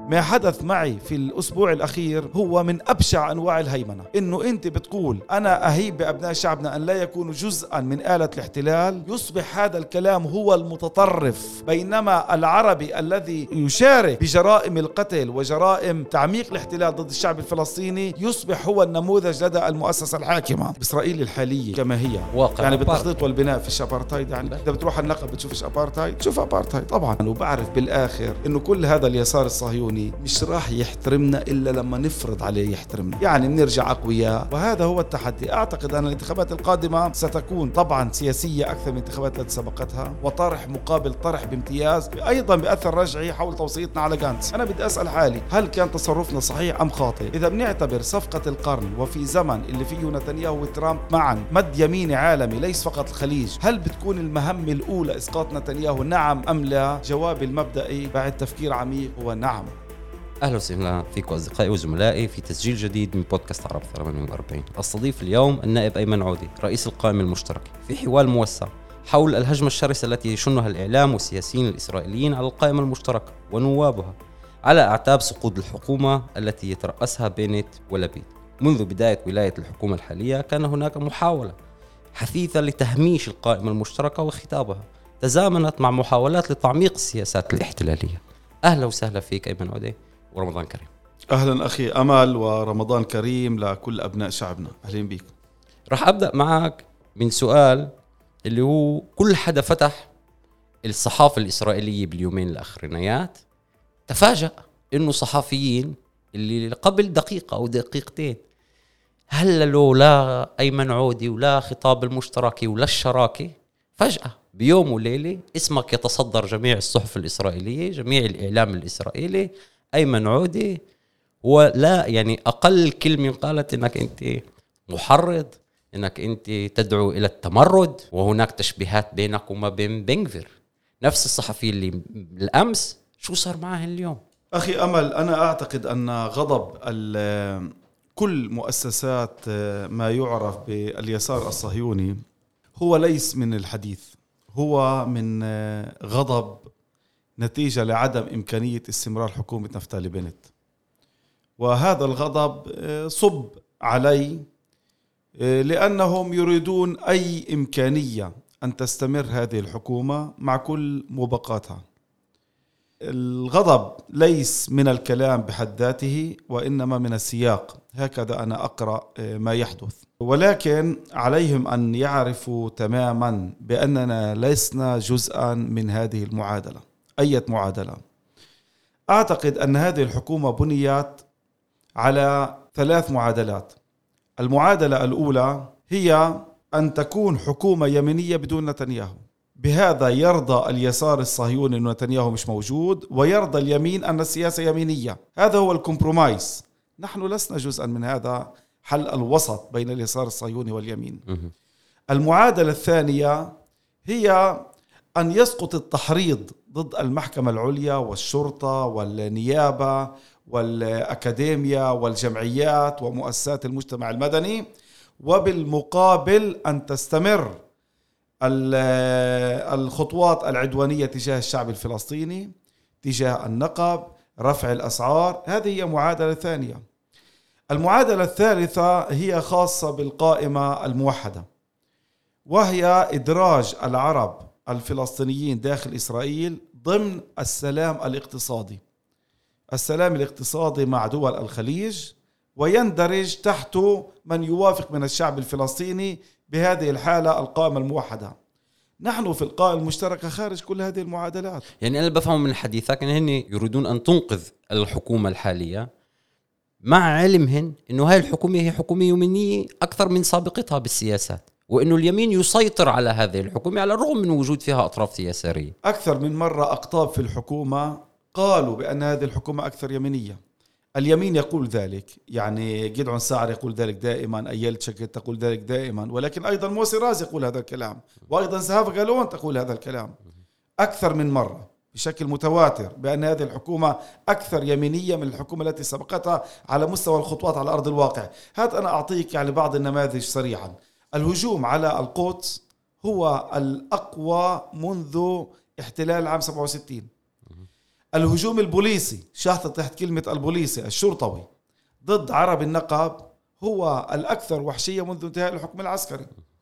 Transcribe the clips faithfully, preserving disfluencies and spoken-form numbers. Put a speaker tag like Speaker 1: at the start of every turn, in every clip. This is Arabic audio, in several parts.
Speaker 1: ما حدث معي في الأسبوع الأخير هو من أبشع أنواع الهيمنة. إنه أنت بتقول أنا أهيب بأبناء شعبنا أن لا يكونوا جزءا من آلة الاحتلال، يصبح هذا الكلام هو المتطرف، بينما العربي الذي يشارك بجرائم القتل وجرائم تعميق الاحتلال ضد الشعب الفلسطيني يصبح هو النموذج لدى المؤسسة الحاكمة بإسرائيل الحالية كما هي.
Speaker 2: واقع
Speaker 1: يعني بالتخطيط والبناء في أبارتايد. يعني إذا بتروح النقب بتشوفش أبارتايد، شوف أبارتايد طبعا. وبعرف بالآخر إنه كل هذا اليسار الصهيوني مش راح يحترمنا إلا لما نفرض عليه يحترمنا، يعني بنرجع أقوياء، وهذا هو التحدي. أعتقد أن الانتخابات القادمة ستكون طبعا سياسية أكثر من الانتخابات التي سبقتها، وطرح مقابل طرح بامتياز، أيضا بأثر رجعي حول توصيتنا على غانتس. أنا بدي أسأل حالي، هل كان تصرفنا صحيح أم خاطئ؟ إذا بنعتبر صفقة القرن وفي زمن اللي فيه نتنياهو وترامب معا مد يميني عالمي ليس فقط الخليج، هل بتكون المهمة الأولى إسقاط نتنياهو نعم أم لا؟ جوابي المبدئي بعد تفكير عميق هو نعم.
Speaker 2: أهلا وسهلا فيكم أصدقائي وزملائي في تسجيل جديد من بودكاست عرب ثمانية وأربعين. أستضيف اليوم النائب أيمن عودي رئيس القائمة المشتركة في حوار موسع حول الهجمة الشرسة التي يشنها الإعلام والسياسيين الإسرائيليين على القائمة المشتركة ونوابها على أعتاب سقوط الحكومة التي يترأسها بينت ولبيد. منذ بداية ولاية الحكومة الحالية كان هناك محاولة حثيثة لتهميش القائمة المشتركة وخطابها تزامنت مع محاولات لتعميق السياسات الاحتلالية. أهلا وسهلا فيك أيمن عودي ورمضان كريم.
Speaker 1: أهلا أخي أمل ورمضان كريم لكل أبناء شعبنا. أهلين بيكم.
Speaker 2: رح أبدأ معك من سؤال اللي هو كل حدا فتح الصحافة الإسرائيلية باليومين الأخرانيات تفاجأ إنه صحفيين اللي قبل دقيقة أو دقيقتين هللوا لا أيمن عودي ولا خطاب المشتركي ولا الشراكة، فجأة بيوم وليلة اسمك يتصدر جميع الصحف الإسرائيلية، جميع الإعلام الإسرائيلي. أيمن عودي هو لا يعني أقل كلمة قالت إنك أنت محرض، إنك أنت تدعو إلى التمرد، وهناك تشبيهات بينك وما بين بنغفير نفس الصحفي اللي بالأمس. شو صار معه اليوم؟
Speaker 1: أخي أمل، أنا أعتقد أن غضب كل مؤسسات ما يعرف باليسار الصهيوني هو ليس من الحديث، هو من غضب نتيجة لعدم إمكانية استمرار حكومة نفتالي بنت. وهذا الغضب صب علي لأنهم يريدون أي إمكانية أن تستمر هذه الحكومة مع كل موبقاتها. الغضب ليس من الكلام بحد ذاته وإنما من السياق، هكذا أنا أقرأ ما يحدث. ولكن عليهم أن يعرفوا تماما بأننا لسنا جزءا من هذه المعادلة. أي معادلة؟ أعتقد أن هذه الحكومة بنيت على ثلاث معادلات. المعادلة الأولى هي أن تكون حكومة يمينية بدون نتنياهو، بهذا يرضى اليسار الصهيوني أن نتنياهو مش موجود، ويرضى اليمين أن السياسة يمينية. هذا هو الكومبرومايز. نحن لسنا جزءا من هذا حل الوسط بين اليسار الصهيوني واليمين. المعادلة الثانية هي أن يسقط التحريض ضد المحكمة العليا والشرطة والنيابة والأكاديمية والجمعيات ومؤسسات المجتمع المدني، وبالمقابل أن تستمر الخطوات العدوانية تجاه الشعب الفلسطيني، تجاه النقب، رفع الأسعار. هذه هي معادلة ثانية. المعادلة الثالثة هي خاصة بالقائمة الموحدة، وهي إدراج العرب الفلسطينيين داخل إسرائيل ضمن السلام الاقتصادي، السلام الاقتصادي مع دول الخليج، ويندرج تحته من يوافق من الشعب الفلسطيني، بهذه الحالة القائمة الموحدة. نحن في القائمة المشتركة خارج كل هذه المعادلات.
Speaker 2: يعني أنا بفهم من حديثك أن هن يريدون أن تنقذ الحكومة الحالية مع علمهن أنه هاي الحكومة هي حكومة يمينية أكثر من سابقتها بالسياسات، وأنه اليمين يسيطر على هذه الحكومة على الرغم من وجود فيها أطراف يسارية.
Speaker 1: أكثر من مرة أقطاب في الحكومة قالوا بأن هذه الحكومة أكثر يمينية. اليمين يقول ذلك، يعني جدعون ساعر يقول ذلك دائما، أيلت شكت تقول ذلك دائما، ولكن أيضا موسى راز يقول هذا الكلام، وأيضا زهاف غالون تقول هذا الكلام أكثر من مرة بشكل متواتر، بأن هذه الحكومة أكثر يمينية من الحكومة التي سبقتها على مستوى الخطوات على أرض الواقع. هذا أنا أعطيك يعني بعض النماذج سريعا. الهجوم على القدس هو الأقوى منذ احتلال عام سبعة وستين. الهجوم البوليسي، شاطر تحت كلمة البوليسي الشرطوي ضد عرب النقب هو الأكثر وحشية منذ انتهاء الحكم العسكري.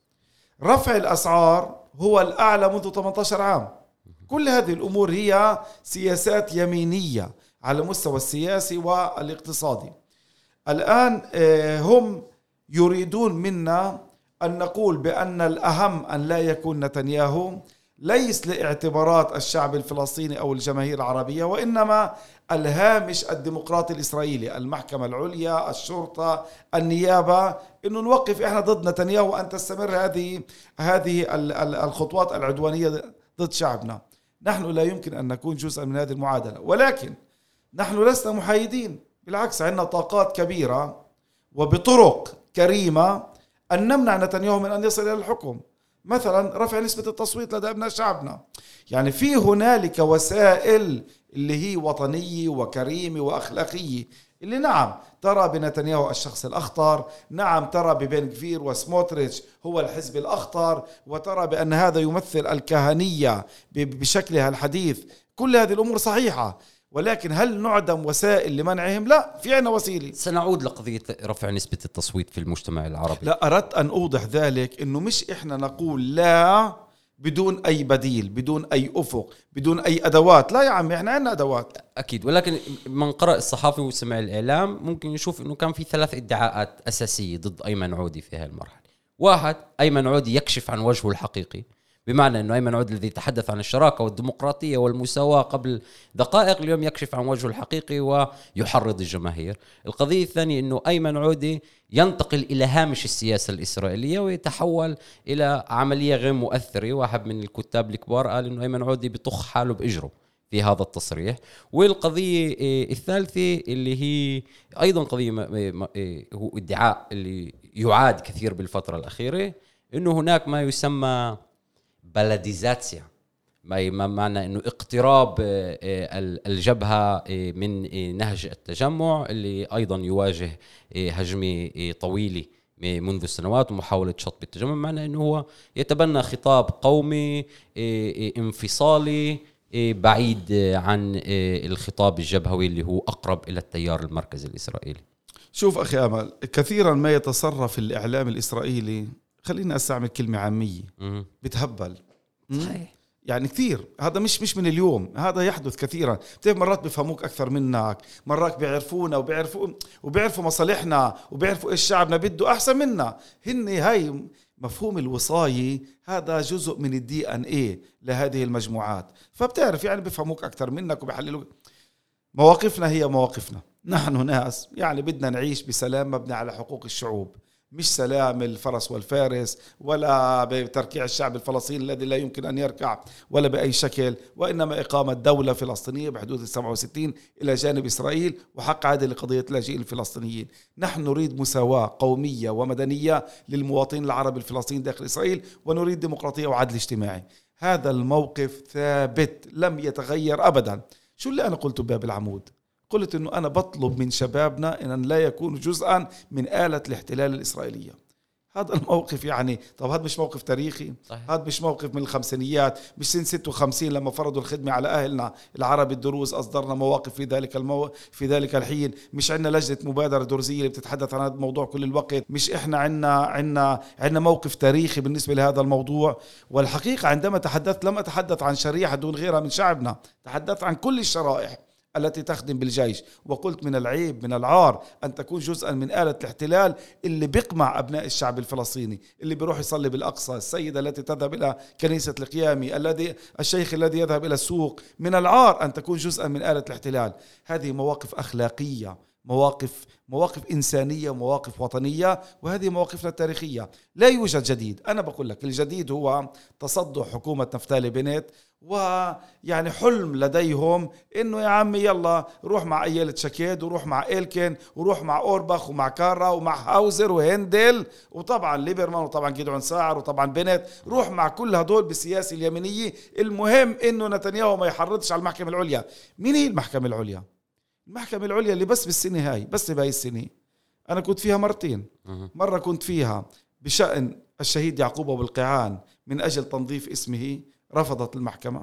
Speaker 1: رفع الأسعار هو الأعلى منذ ثمانية عشر عام. كل هذه الأمور هي سياسات يمينية على المستوى السياسي والاقتصادي. الآن هم يريدون منا أن نقول بأن الأهم أن لا يكون نتنياهو ليس لاعتبارات الشعب الفلسطيني أو الجماهير العربية، وإنما الهامش الديمقراطي الإسرائيلي، المحكمة العليا، الشرطة، النيابة، إنه نوقف إحنا ضد نتنياهو أن تستمر هذه هذه الخطوات العدوانية ضد شعبنا. نحن لا يمكن أن نكون جزءا من هذه المعادلة، ولكن نحن لسنا محايدين، بالعكس عندنا طاقات كبيرة وبطرق كريمة أن نمنع نتنياهو من أن يصل إلى الحكم. مثلا رفع نسبة التصويت لدى أبناء شعبنا. يعني في هنالك وسائل اللي هي وطنية وكريمة وأخلاقية اللي نعم ترى بنتنياهو الشخص الأخطر، نعم ترى ببن غفير وسموتريتش هو الحزب الأخطر، وترى بأن هذا يمثل الكهنية بشكلها الحديث. كل هذه الأمور صحيحة، ولكن هل نعدم وسائل لمنعهم؟ لا، في عنا وسيلة.
Speaker 2: سنعود لقضية رفع نسبة التصويت في المجتمع العربي.
Speaker 1: لا، أردت أن أوضح ذلك إنه مش إحنا نقول لا بدون أي بديل، بدون أي أفق، بدون أي أدوات. لا يا عمي، إحنا عنا أدوات
Speaker 2: أكيد، ولكن من قرأ الصحافي وسمع الإعلام ممكن يشوف إنه كان في ثلاث ادعاءات أساسية ضد أيمن عودي في هذه المرحلة. واحد، أيمن عودي يكشف عن وجهه الحقيقي، بمعنى أنه أيمن عودي الذي تحدث عن الشراكة والديمقراطية والمساواة قبل دقائق اليوم يكشف عن وجهه الحقيقي ويحرض الجماهير. القضية الثانية أنه أيمن عودي ينتقل إلى هامش السياسة الإسرائيلية ويتحول إلى عملية غير مؤثرة. واحد من الكتاب الكبار قال أنه أيمن عودي بيطخ حاله بإجره في هذا التصريح. والقضية الثالثة اللي هي أيضا قضية هو ادعاء اللي يعاد كثير بالفترة الأخيرة، أنه هناك ما يسمى بلديزاتيا، ما معنى أنه اقتراب الجبهة من نهج التجمع اللي أيضا يواجه هجمة طويلة منذ سنوات ومحاولة شطب التجمع، معنى أنه هو يتبنى خطاب قومي انفصالي بعيد عن الخطاب الجبهوي اللي هو أقرب إلى التيار المركزي الإسرائيلي.
Speaker 1: شوف أخي أمل، كثيرا ما يتصرف الإعلام الإسرائيلي، خلينا أستعمل كلمة عامية، بتهبل.
Speaker 2: صحيح.
Speaker 1: يعني كثير، هذا مش مش من اليوم، هذا يحدث كثيرا. بتعرف مرات بيفهموك أكثر منك، مرات بيعرفونا وبيعرفوا وبيعرفوا مصالحنا وبيعرفوا إيش شعبنا بده أحسن منا. هن هاي مفهوم الوصاية، هذا جزء من الدي ان ايه لهذه المجموعات، فبتعرف يعني بيفهموك أكثر منك وبيحللوك. مواقفنا هي مواقفنا، نحن ناس يعني بدنا نعيش بسلام مبني على حقوق الشعوب، مش سلام الفرس والفارس ولا بتركيع الشعب الفلسطيني الذي لا يمكن أن يركع ولا بأي شكل، وإنما إقامة دولة فلسطينية بحدود السبعة وستين إلى جانب إسرائيل وحق عادل لقضية اللاجئين الفلسطينيين. نحن نريد مساواة قومية ومدنية للمواطنين العرب الفلسطينيين داخل إسرائيل، ونريد ديمقراطية وعدل اجتماعي. هذا الموقف ثابت لم يتغير أبدا. شو اللي أنا قلته بباب العمود؟ قلت إنه أنا بطلب من شبابنا إن لا يكونوا جزءا من آلة الاحتلال الإسرائيلية. هذا الموقف يعني، طب هذا مش موقف تاريخي؟ صحيح. هذا مش موقف من الخمسينيات، مش سنة ستة وخمسين لما فرضوا الخدمة على أهلنا العرب الدروز أصدرنا مواقف في ذلك المو... في ذلك الحين. مش عندنا لجنة مبادرة درزية اللي بتتحدث عن هذا الموضوع كل الوقت. مش إحنا عندنا عندنا عندنا موقف تاريخي بالنسبة لهذا الموضوع. والحقيقة عندما تحدثت لم أتحدث عن شريحة دون غيرها من شعبنا، تحدثت عن كل الشرائح التي تخدم بالجيش، وقلت من العيب من العار أن تكون جزءا من آلة الاحتلال اللي بيقمع أبناء الشعب الفلسطيني، اللي بيروح يصلي بالأقصى، السيدة التي تذهب إلى كنيسة القيامي، الذي الشيخ الذي يذهب إلى السوق. من العار أن تكون جزءا من آلة الاحتلال. هذه مواقف أخلاقية، مواقف مواقف إنسانية، مواقف وطنية، وهذه مواقفنا التاريخية. لا يوجد جديد. أنا بقول لك الجديد هو تصدع حكومة نفتالي بنت، ويعني حلم لديهم إنه يا عمي يلا روح مع أيلة شكيد وروح مع إلكن وروح مع أوربخ ومع كارا ومع هاوزر وهندل وطبعا ليبرمان وطبعا جيدعون ساعر وطبعا بنت، روح مع كل هدول بالسياسة اليمينية. المهم إنه نتنياهو ما يحرضش على المحكمة العليا. مين هي المحكمة العليا؟ المحكمة العليا اللي بس بالسنة هاي، بس بهاي السنة أنا كنت فيها مرتين. مرة كنت فيها بشأن الشهيد يعقوب أبو القيعان من أجل تنظيف اسمه، رفضت المحكمة.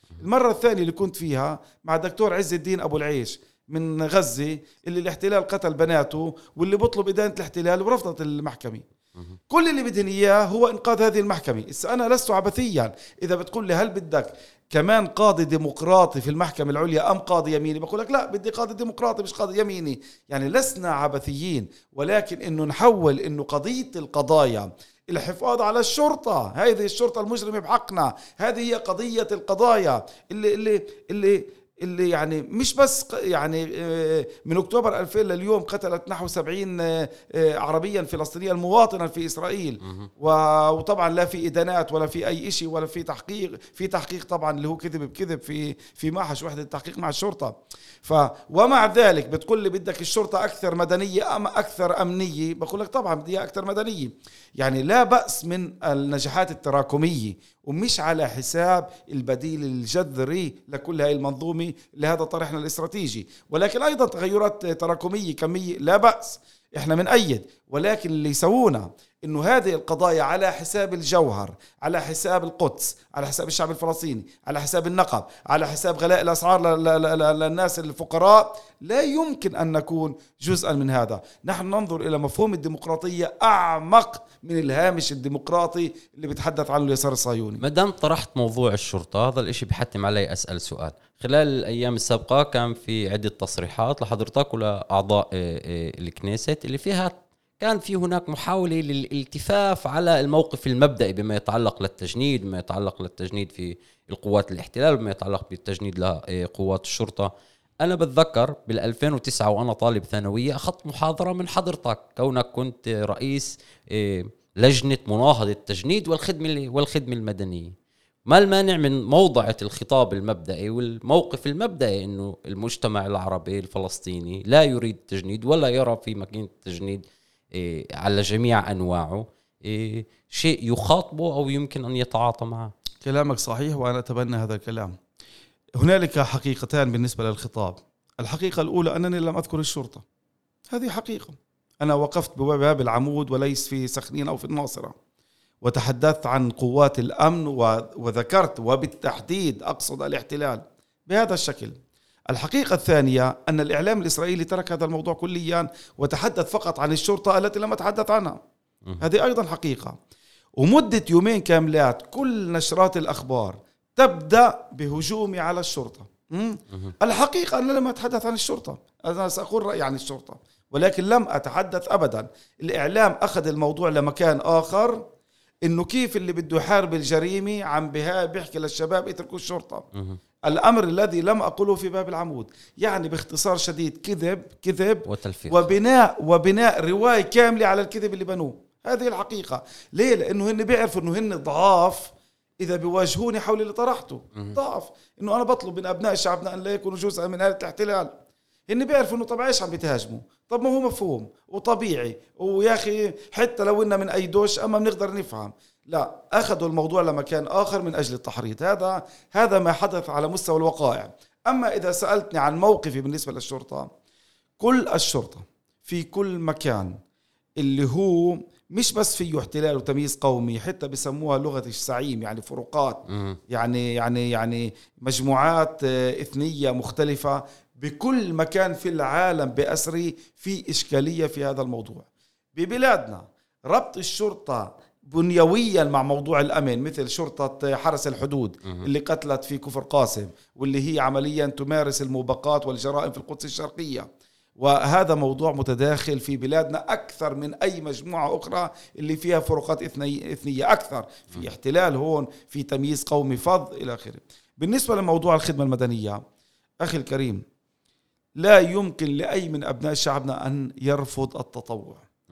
Speaker 1: المرة الثانية اللي كنت فيها مع دكتور عز الدين أبو العيش من غزة اللي الاحتلال قتل بناته واللي بطلب إدانة الاحتلال ورفضت المحكمة. كل اللي بدهن إياه هو إنقاذ هذه المحكمة. أنا لست عبثيا إذا بتقول لي هل بدك كمان قاضي ديمقراطي في المحكمة العليا أم قاضي يميني، بقول لك لا، بدي قاضي ديمقراطي مش قاضي يميني. يعني لسنا عبثيين، ولكن إنه نحول إنه قضية القضايا الحفاظ على الشرطة، هذه الشرطة المجرمة بحقنا، هذه هي قضية القضايا اللي اللي اللي اللي يعني مش بس يعني من أكتوبر ألفين لليوم قتلت نحو سبعين عربيا فلسطينيا مواطنا في إسرائيل، وطبعا لا في إدانات ولا في أي شيء ولا في تحقيق. في تحقيق طبعا اللي هو كذب بكذب في في معهش وحدة التحقيق مع الشرطة. ف ومع ذلك بتقول لي بدك الشرطة أكثر مدنية أم أكثر أمنية، بقول لك طبعا بدي أكثر مدنية. يعني لا بأس من النجاحات التراكمية ومش على حساب البديل الجذري لكل هاي المنظومة. لهذا طرحنا الاستراتيجي، ولكن أيضا تغيرات تراكمية كمية لا بأس، إحنا من أيد. ولكن اللي يسوونا إنه هذه القضايا على حساب الجوهر، على حساب القدس، على حساب الشعب الفلسطيني، على حساب النقب، على حساب غلاء الأسعار للناس الفقراء، لا يمكن أن نكون جزءا من هذا. نحن ننظر إلى مفهوم الديمقراطية أعمق من الهامش الديمقراطي اللي بيتحدث عنه اليسار الصهيوني.
Speaker 2: ما دام طرحت موضوع الشرطة، هذا الاشي بحتم علي أسأل سؤال. خلال الأيام السابقة كان في عدة تصريحات لحضرتك ولأعضاء الكنيست اللي فيها كان في هناك محاولة للالتفاف على الموقف المبدئي بما يتعلق للتجنيد، بما يتعلق للتجنيد في القوات الاحتلال، بما يتعلق بالتجنيد لقوات الشرطة. أنا بتذكر بالألفين وتسعة وأنا طالب ثانوية أخذت محاضرة من حضرتك كونك كنت رئيس لجنة مناهضة التجنيد والخدمة والخدمة المدنية. ما المانع من موضعة الخطاب المبدئي والموقف المبدئي إنه المجتمع العربي الفلسطيني لا يريد التجنيد ولا يرى في مكان التجنيد إيه على جميع أنواعه إيه شيء يخاطبه أو يمكن أن يتعاطى معه؟
Speaker 1: كلامك صحيح وأنا أتبنى هذا الكلام. هنالك حقيقتان بالنسبة للخطاب. الحقيقة الأولى أنني لم أذكر الشرطة، هذه حقيقة. أنا وقفت بباب العمود وليس في سخنين أو في الناصرة، وتحدثت عن قوات الأمن وذكرت وبالتحديد أقصد الاحتلال بهذا الشكل. الحقيقة الثانية أن الإعلام الإسرائيلي ترك هذا الموضوع كليا وتحدث فقط عن الشرطة التي لم أتحدث عنها، هذه أيضا حقيقة. ومدة يومين كاملات كل نشرات الأخبار تبدأ بهجومي على الشرطة. الحقيقة أنا لم أتحدث عن الشرطة، أنا سأقول رأيي عن الشرطة، ولكن لم أتحدث أبدا. الإعلام أخذ الموضوع لمكان آخر، إنه كيف اللي بده يحارب الجريمة عم بها بيحكي للشباب اتركوا الشرطة. الأمر الذي لم أقوله في باب العمود. يعني باختصار شديد كذب كذب
Speaker 2: وتلفيق
Speaker 1: وبناء وبناء رواية كاملة على الكذب اللي بنوه. هذه الحقيقة. ليه؟ لأنه هن بيعرفوا إنه هن ضعاف إذا بيواجهوني حول اللي طرحته. ضعف إنه أنا بطلب من أبناء شعبنا أن لا يكونوا جزءا من آلة الاحتلال. هن بيعرفوا إنه طبعا إيش عم بيتهاجموا. طب ما هو مفهوم وطبيعي، ويا أخي حتى لو إننا من أي دوش أما بنقدر نفهم. لا، أخذوا الموضوع لمكان آخر من أجل التحريض. هذا هذا ما حدث على مستوى الوقائع. أما إذا سألتني عن موقفي بالنسبة للشرطة، كل الشرطة في كل مكان اللي هو مش بس فيه احتلال وتمييز قومي، حتى بسموها لغة الزعيم، يعني فروقات، يعني يعني يعني مجموعات إثنية مختلفة بكل مكان في العالم بأسري في إشكالية في هذا الموضوع. ببلادنا ربط الشرطة بنيويا مع موضوع الأمن، مثل شرطة حرس الحدود اللي قتلت في كفر قاسم، واللي هي عمليا تمارس الموبقات والجرائم في القدس الشرقية. وهذا موضوع متداخل في بلادنا أكثر من أي مجموعة أخرى اللي فيها فروقات إثنية أكثر، في احتلال هون، في تمييز قومي فظ إلى آخره. بالنسبة لموضوع الخدمة المدنية أخي الكريم، لا يمكن لأي من أبناء شعبنا أن يرفض التطوع.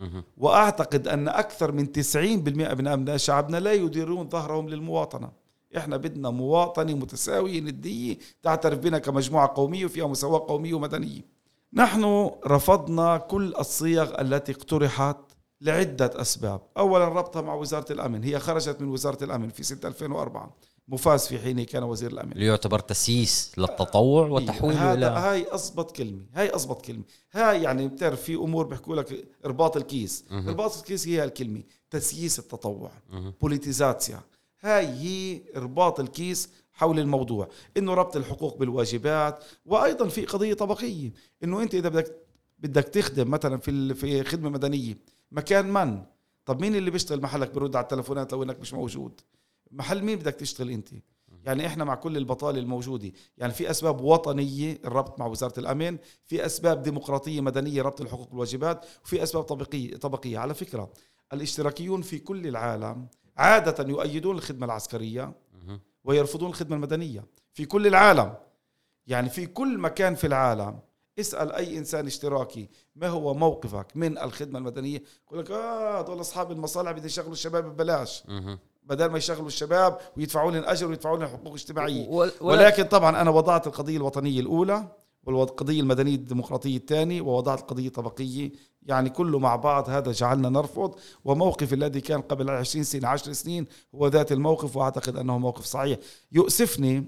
Speaker 1: وأعتقد أن أكثر من تسعين بالمئة من أبناء شعبنا لا يديرون ظهرهم للمواطنة. إحنا بدنا مواطنة متساوية ندية تعترف بنا كمجموعة قومية وفيها مساواة قومية ومدنية. نحن رفضنا كل الصيغ التي اقترحت لعدة أسباب. أولا ربطها مع وزارة الأمن، هي خرجت من وزارة الأمن في سنة ألفين وأربعة، مفاز في حين كان وزير الأمن،
Speaker 2: ليعتبر تسييس للتطوع وتحويله إلى
Speaker 1: هاي أصبت كلمة هاي أصبت كلمة هاي يعني بتعرف في أمور بيحكوا لك إرباط الكيس.
Speaker 2: مه.
Speaker 1: إرباط الكيس هي الكلمة تسييس التطوع، بوليتيزاتيا. هاي هي إرباط الكيس حول الموضوع، إنه ربط الحقوق بالواجبات. وأيضا في قضية طبقية، إنه أنت إذا بدك بدك تخدم مثلا في في خدمة مدنية مكان من، طب مين اللي بيشتغل محلك برد على التلفونات لو إنك مش موجود؟ محل مين بدك تشتغل أنت؟ يعني إحنا مع كل البطالة الموجودة، يعني في أسباب وطنية الربط مع وزارة الأمن، في أسباب ديمقراطية مدنية ربط الحقوق والواجبات، وفي أسباب طبقية طبقية. على فكرة الاشتراكيون في كل العالم عادة يؤيدون الخدمة العسكرية ويرفضون الخدمة المدنية في كل العالم. يعني في كل مكان في العالم اسأل أي إنسان اشتراكي ما هو موقفك من الخدمة المدنية، يقول لك آه دول أصحاب المصالح بدي يشغلوا الشباب ببلاش، بدل ما يشغلوا الشباب ويدفعوا لهم أجر ويدفعوا لهم حقوق اجتماعية. ولكن طبعا أنا وضعت القضية الوطنية الأولى والقضية المدنية الديمقراطية الثانية، ووضعت القضية الطبقية، يعني كله مع بعض. هذا جعلنا نرفض، وموقف الذي كان قبل عشرين سنة عشر سنين هو ذات الموقف، وأعتقد أنه موقف صحيح. يؤسفني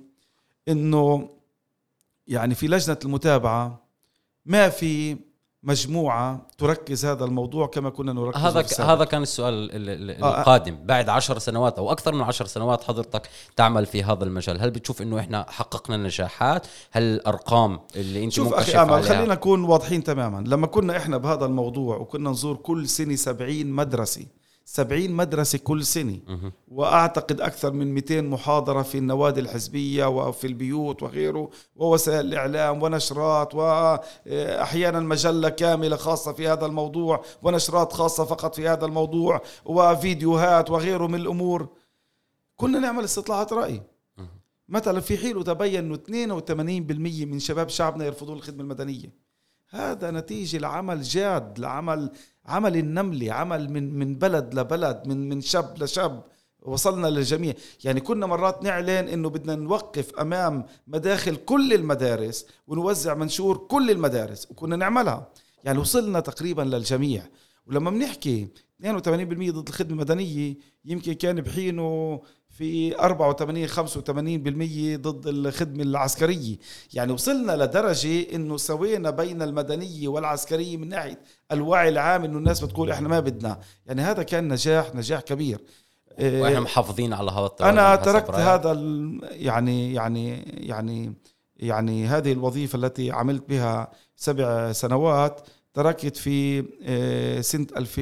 Speaker 1: أنه يعني في لجنة المتابعة ما في مجموعة تركز هذا الموضوع كما كنا نركز.
Speaker 2: هذا هذا كان السؤال القادم. آه بعد عشر سنوات أو أكثر من عشر سنوات حضرتك تعمل في هذا المجال، هل بتشوف إنه إحنا حققنا نجاحات؟ هل الأرقام اللي أنت
Speaker 1: شوف أخي أمل، خلينا نكون واضحين تماما. لما كنا إحنا بهذا الموضوع وكنا نزور كل سنة سبعين مدرسة سبعين مدرسة كل سنة، وأعتقد أكثر من مئتين محاضرة في النوادي الحزبية وفي البيوت وغيره، ووسائل الإعلام ونشرات، وأحيانا مجلة كاملة خاصة في هذا الموضوع، ونشرات خاصة فقط في هذا الموضوع، وفيديوهات وغيره من الأمور. كنا نعمل استطلاعات رأي. مثلا في حين تبين أنه اثنين وثمانين بالمئة من شباب شعبنا يرفضون الخدمة المدنية. هذا نتيجة لعمل جاد، لعمل عمل النملة، عمل من من بلد لبلد، من من شاب لشاب، وصلنا للجميع. يعني كنا مرات نعلن إنه بدنا نوقف أمام مداخل كل المدارس ونوزع منشور كل المدارس، وكنا نعملها. يعني وصلنا تقريبا للجميع. ولما بنحكي اثنين وثمانين بالمئة ضد الخدمة المدنية، يمكن كان بحينه في أربعة وثمانين خمسة وثمانين بالمئة ضد الخدمة العسكرية. يعني وصلنا لدرجة إنه سوينا بين المدنية والعسكرية من ناحية الوعي العام، إنه الناس بتقول إحنا ما بدنا. يعني هذا كان نجاح نجاح كبير،
Speaker 2: وإحنا محافظين على هذا التوازن.
Speaker 1: أنا تركت هذا يعني يعني يعني يعني هذه الوظيفة التي عملت بها سبع سنوات تركت في سنة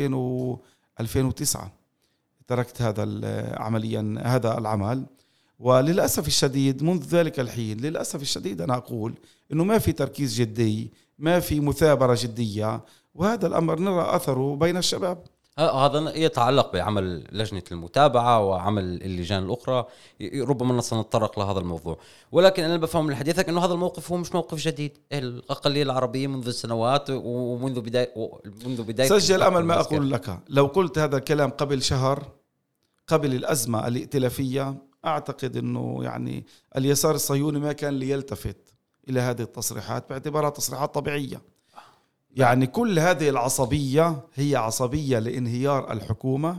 Speaker 1: ألفين وتسعة، تركت هذا عمليا هذا العمل. وللأسف الشديد منذ ذلك الحين للأسف الشديد أنا أقول إنه ما في تركيز جدي، ما في مثابرة جدية، وهذا الأمر نرى أثره بين الشباب.
Speaker 2: هذا يتعلق بعمل لجنة المتابعة وعمل اللجان الأخرى، ربما سنتطرق لهذا الموضوع. ولكن أنا بفهم من حديثك أنه هذا الموقف هو مش موقف جديد. الأقلية العربية منذ سنوات ومنذ بداية منذ بداية
Speaker 1: سجل أمل ما أقول لك. لو قلت هذا الكلام قبل شهر قبل الأزمة الائتلافية، أعتقد أنه يعني اليسار الصهيوني ما كان ليلتفت إلى هذه التصريحات باعتبارها تصريحات طبيعية. يعني كل هذه العصبية هي عصبية لانهيار الحكومة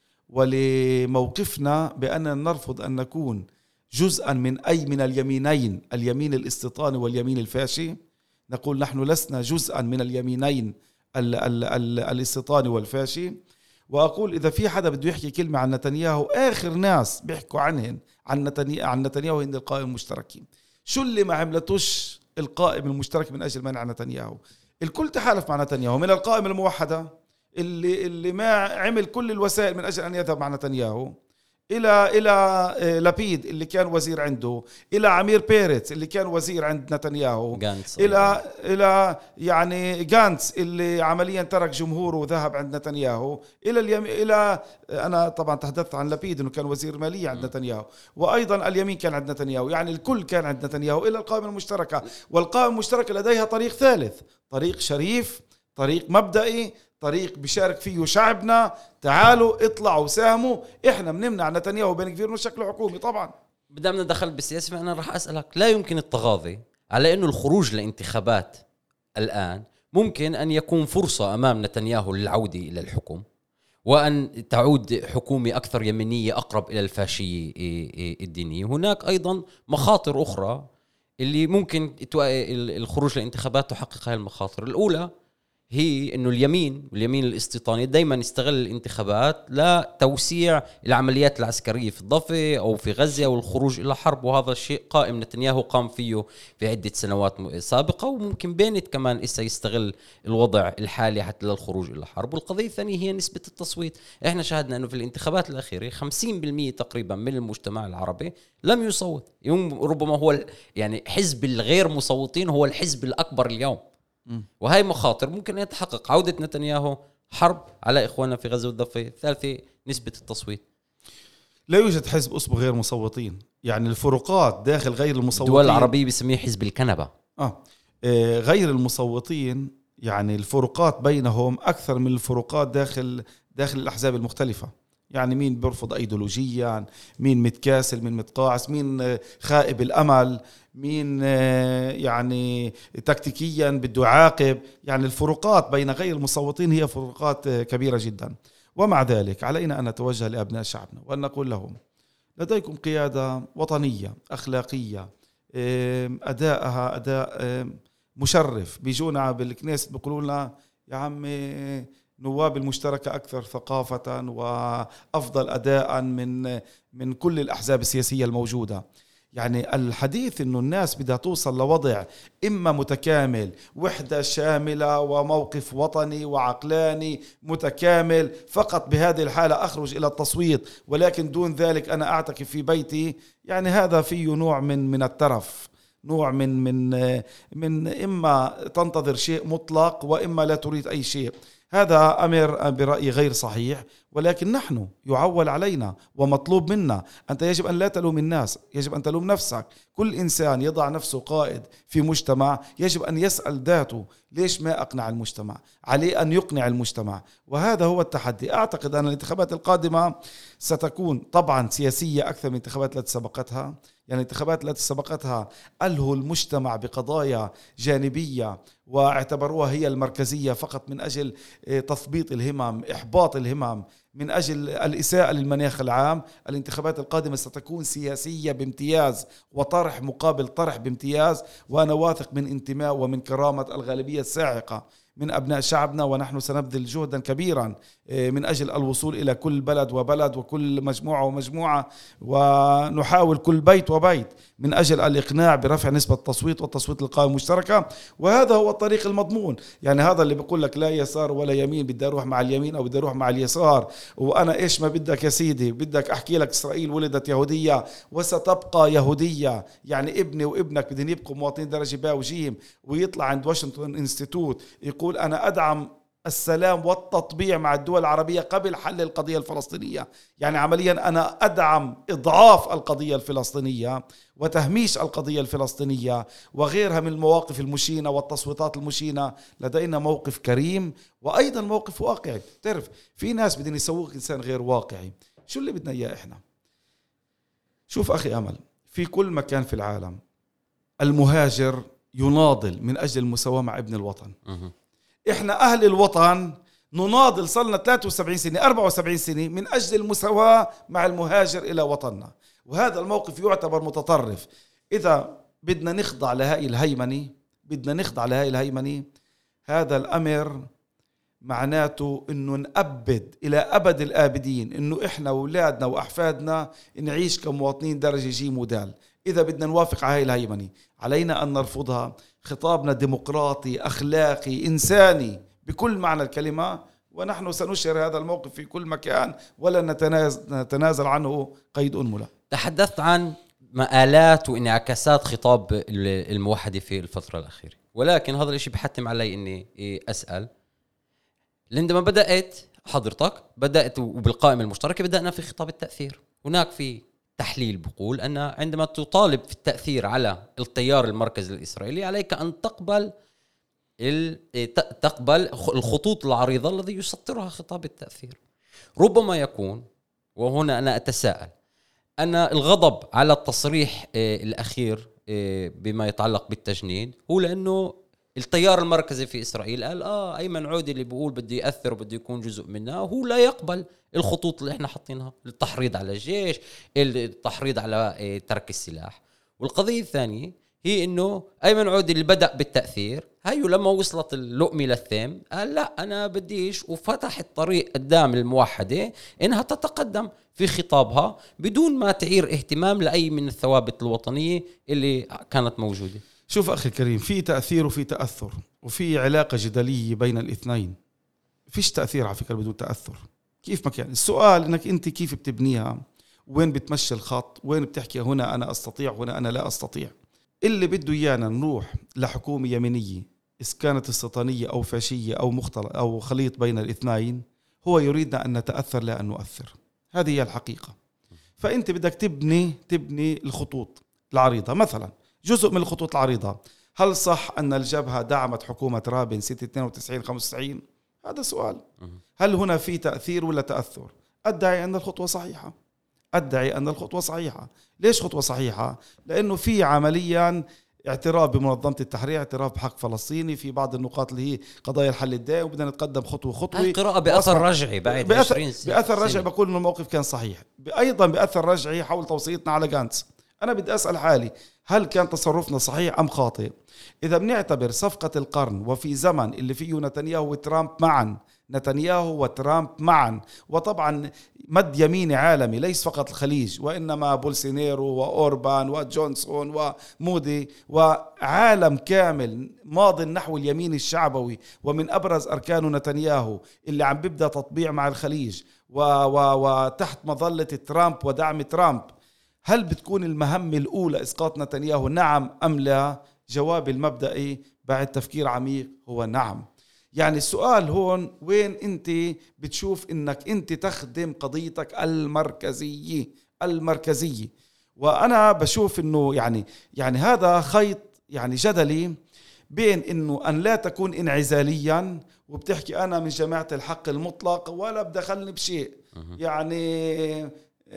Speaker 1: ولموقفنا بأننا نرفض أن نكون جزءا من أي من اليمينين، اليمين الاستيطاني واليمين الفاشي. نقول نحن لسنا جزءا من اليمينين ال ال ال الاستيطاني والفاشي. وأقول إذا في حدا بده يحكي كلمة عن نتنياهو، آخر ناس بيحكوا عنهن عن نتنياهو عن نتنياهو هن القائم المشتركين. شو اللي ما عملتوش القائم المشترك من أجل منع نتنياهو؟ الكل تحالف مع نتنياهو، من القائمة الموحدة اللي اللي ما عمل كل الوسائل من أجل أن يذهب مع نتنياهو، إلى إلى لابيد اللي كان وزير عنده، إلى عمير بيريتس اللي كان وزير عند نتنياهو، إلى إلى يعني جانتس اللي عمليا ترك جمهوره وذهب عند نتنياهو، إلى اليم إلى أنا طبعا تحدثت عن لابيد إنه كان وزير مالية عند نتنياهو، وأيضا اليمين كان عند نتنياهو. يعني الكل كان عند نتنياهو إلى القائمة المشتركة. والقائمة المشتركة لديها طريق ثالث، طريق شريف، طريق مبدئي، طريق بيشارك فيه شعبنا. تعالوا اطلعوا ساهموا، احنا بنمنع نتنياهو وبن كفير من شكله حكومي. طبعا
Speaker 2: بدنا ندخل بالسياسة، فأنا راح أسألك، لا يمكن التغاضي على أنه الخروج لانتخابات الآن ممكن أن يكون فرصة أمام نتنياهو للعودة إلى الحكم، وأن تعود حكومة أكثر يمينية أقرب إلى الفاشية الدينية. هناك أيضا مخاطر أخرى اللي ممكن الخروج للانتخابات تحقق هذه المخاطر. الأولى هي انه اليمين واليمين الاستيطاني دائما يستغل الانتخابات لتوسيع العمليات العسكريه في الضفه او في غزه والخروج الى حرب، وهذا الشيء قائم نتنياهو قام فيه في عده سنوات سابقه، وممكن بينت كمان اسا يستغل الوضع الحالي حتى للخروج الى حرب. والقضيه الثانيه هي نسبه التصويت. احنا شاهدنا انه في الانتخابات الاخيره خمسين بالمئة تقريبا من المجتمع العربي لم يصوت. يوم ربما هو يعني حزب الغير مصوتين هو الحزب الاكبر اليوم، وهي مخاطر ممكن يتحقق. عودة نتنياهو، حرب على إخواننا في غزة والضفة. الثالثة نسبة التصويت.
Speaker 1: لا يوجد حزب اسمه غير مصوتين، يعني الفروقات داخل غير المصوتين.
Speaker 2: الدول العربية بيسميه حزب الكنبة.
Speaker 1: آه. آه غير المصوتين يعني الفروقات بينهم أكثر من الفروقات داخل داخل الأحزاب المختلفة. يعني مين بيرفض أيديولوجيا، مين متكاسل، مين متقاعس، مين خائب الأمل، مين يعني تكتيكيا بده يعاقب. يعني الفروقات بين غير المصوتين هي فروقات كبيرة جدا. ومع ذلك علينا أن نتوجه لأبناء شعبنا وأن نقول لهم لديكم قيادة وطنية أخلاقية، أداءها أداء مشرف. بيجونا بالكنيست بيقولوا لنا يا عمي نواب المشتركة أكثر ثقافة وأفضل أداء من من كل الأحزاب السياسية الموجودة. يعني الحديث إنه الناس بدها توصل لوضع إما متكامل، وحدة شاملة وموقف وطني وعقلاني متكامل، فقط بهذه الحالة أخرج إلى التصويت، ولكن دون ذلك أنا أعتكف في بيتي. يعني هذا فيه نوع من من الترف، نوع من من من إما تنتظر شيء مطلق وإما لا تريد أي شيء. هذا أمر برأيي غير صحيح، ولكن نحن يعول علينا ومطلوب منا. أنت يجب أن لا تلوم الناس، يجب أن تلوم نفسك. كل إنسان يضع نفسه قائد في مجتمع يجب أن يسأل ذاته ليش ما أقنع المجتمع، عليه أن يقنع المجتمع. وهذا هو التحدي. أعتقد أن الانتخابات القادمة ستكون طبعا سياسية أكثر من الانتخابات التي سبقتها. يعني الانتخابات التي سبقتها ألهوا المجتمع بقضايا جانبية واعتبروها هي المركزية فقط من أجل تثبيط الهمم، إحباط الهمم، من أجل الإساءة للمناخ العام. الانتخابات القادمة ستكون سياسية بامتياز وطرح مقابل طرح بامتياز، وأنا واثق من انتماء ومن كرامة الغالبية الساحقة من أبناء شعبنا، ونحن سنبذل جهدا كبيرا من أجل الوصول إلى كل بلد وبلد وكل مجموعة ومجموعة، ونحاول كل بيت وبيت من أجل الإقناع برفع نسبة التصويت والتصويت للقائمة المشتركة. وهذا هو الطريق المضمون. يعني هذا اللي بيقول لك لا يسار ولا يمين، بدي أروح مع اليمين أو بدي أروح مع اليسار، وأنا إيش ما بدك يا سيدي، بدك أحكي لك إسرائيل ولدت يهودية وستبقى يهودية. يعني ابني وابنك بدهم يبقوا مواطنين درجة باء وجيم، ويطلع عند واشنطن انستيتوت يقول أنا أدعم السلام والتطبيع مع الدول العربية قبل حل القضية الفلسطينية. يعني عمليا أنا أدعم إضعاف القضية الفلسطينية وتهميش القضية الفلسطينية وغيرها من المواقف المشينة والتصويتات المشينة. لدينا موقف كريم وأيضا موقف واقعي. تعرف في ناس بدهم يسووك إنسان غير واقعي. شو اللي بدنا إياه إحنا؟ شوف أخي أمل، في كل مكان في العالم المهاجر يناضل من أجل المساواة مع ابن الوطن. إحنا أهل الوطن نناضل صلنا ثلاثة وسبعين سنة أربعة وسبعين سنة من أجل المساواة مع المهاجر إلى وطننا، وهذا الموقف يعتبر متطرف. إذا بدنا نخضع لهاي الهيمنة بدنا نخضع لهاي الهيمنة هذا الأمر معناته إنه نأبد إلى أبد الآبدين إنه إحنا وأولادنا وأحفادنا نعيش كمواطنين درجة جيم ودال. إذا بدنا نوافق على هاي الهيمنة علينا أن نرفضها. خطابنا ديمقراطي أخلاقي إنساني بكل معنى الكلمة، ونحن سنشير هذا الموقف في كل مكان ولا نتنازل عنه قيد أنملة.
Speaker 2: تحدثت عن مآلات وانعكاسات خطاب الموحدة في الفترة الأخيرة، ولكن هذا الشيء بحتم علي أني أسأل. عندما بدأت حضرتك بدأت وبالقائمة المشتركة بدأنا في خطاب التأثير. هناك في تحليل بقول أن عندما تطالب في التأثير على التيار المركزي الإسرائيلي عليك أن تقبل تقبل الخطوط العريضة الذي يسطرها خطاب التأثير. ربما يكون، وهنا أنا أتساءل، أن الغضب على التصريح الأخير بما يتعلق بالتجنيد هو لأنه التيار المركزي في إسرائيل قال آه أيمن عودي اللي بيقول بده يأثر وبده يكون جزء منها، هو لا يقبل الخطوط اللي احنا حاطينها، التحريض على الجيش، التحريض على ترك السلاح. والقضية الثانية هي إنه أيمن عودة اللي بدأ بالتأثير هايو لما وصلت اللقمة للثام قال لا أنا بديش، وفتح الطريق قدام الموحدة إنها تتقدم في خطابها بدون ما تعير اهتمام لأي من الثوابت الوطنية اللي كانت موجودة.
Speaker 1: شوف أخي الكريم، في تأثير وفي تأثر وفي علاقة جدلية بين الاثنين. فيش تأثير على فكرة بدون تأثر، كيف ما كان. السؤال إنك أنت كيف بتبنيها، وين بتمشي الخط، وين بتحكي هنا أنا أستطيع هنا أنا لا أستطيع. اللي بده إيانا نروح لحكومة يمينية إذا كانت استيطانية أو فاشية أو مختلط أو خليط بين الاثنين، هو يريدنا أن نتأثر لا أن نؤثر. هذه هي الحقيقة. فأنت بدك تبني تبني الخطوط العريضة. مثلا جزء من الخطوط العريضة، هل صح أن الجبهة دعمت حكومة رابين ستة اثنين وتسعين خمسة وتسعين؟ هذا سؤال. هل هنا في تأثير ولا تأثر؟ أدعي أن الخطوة صحيحة، أدعي أن الخطوة صحيحة. ليش خطوة صحيحة؟ لأنه في عمليا اعتراف بمنظمة التحرير، اعتراف بحق فلسطيني في بعض النقاط اللي هي قضايا الحل الدائم، وبدنا نتقدم خطوة خطوة.
Speaker 2: القراءة بأثر رجعي بعد عشرين سنة.
Speaker 1: بأثر رجعي بقول إنه الموقف كان صحيح. أيضا بأثر رجعي حول توصيتنا على غانتس. أنا بدي أسأل حالي، هل كان تصرفنا صحيح أم خاطئ؟ إذا بنعتبر صفقة القرن وفي زمن اللي فيه نتنياهو وترامب معا، نتنياهو وترامب معا، وطبعا مد يميني عالمي ليس فقط الخليج، وإنما بولسونارو وأوربان وجونسون ومودي وعالم كامل ماض نحو اليمين الشعبوي، ومن أبرز أركانه نتنياهو اللي عم بيبدأ تطبيع مع الخليج و و وتحت مظلة ترامب ودعم ترامب. هل بتكون المهمة الأولى إسقاط نتنياهو نعم أم لا؟ جواب المبدئي بعد تفكير عميق هو نعم. يعني السؤال هون وين أنت بتشوف إنك أنت تخدم قضيتك المركزية المركزية وأنا بشوف إنه يعني يعني هذا خيط يعني جدلي بين إنه أن لا تكون انعزاليا وبتحكي أنا من جماعة الحق المطلق ولا بدخلني بشيء، يعني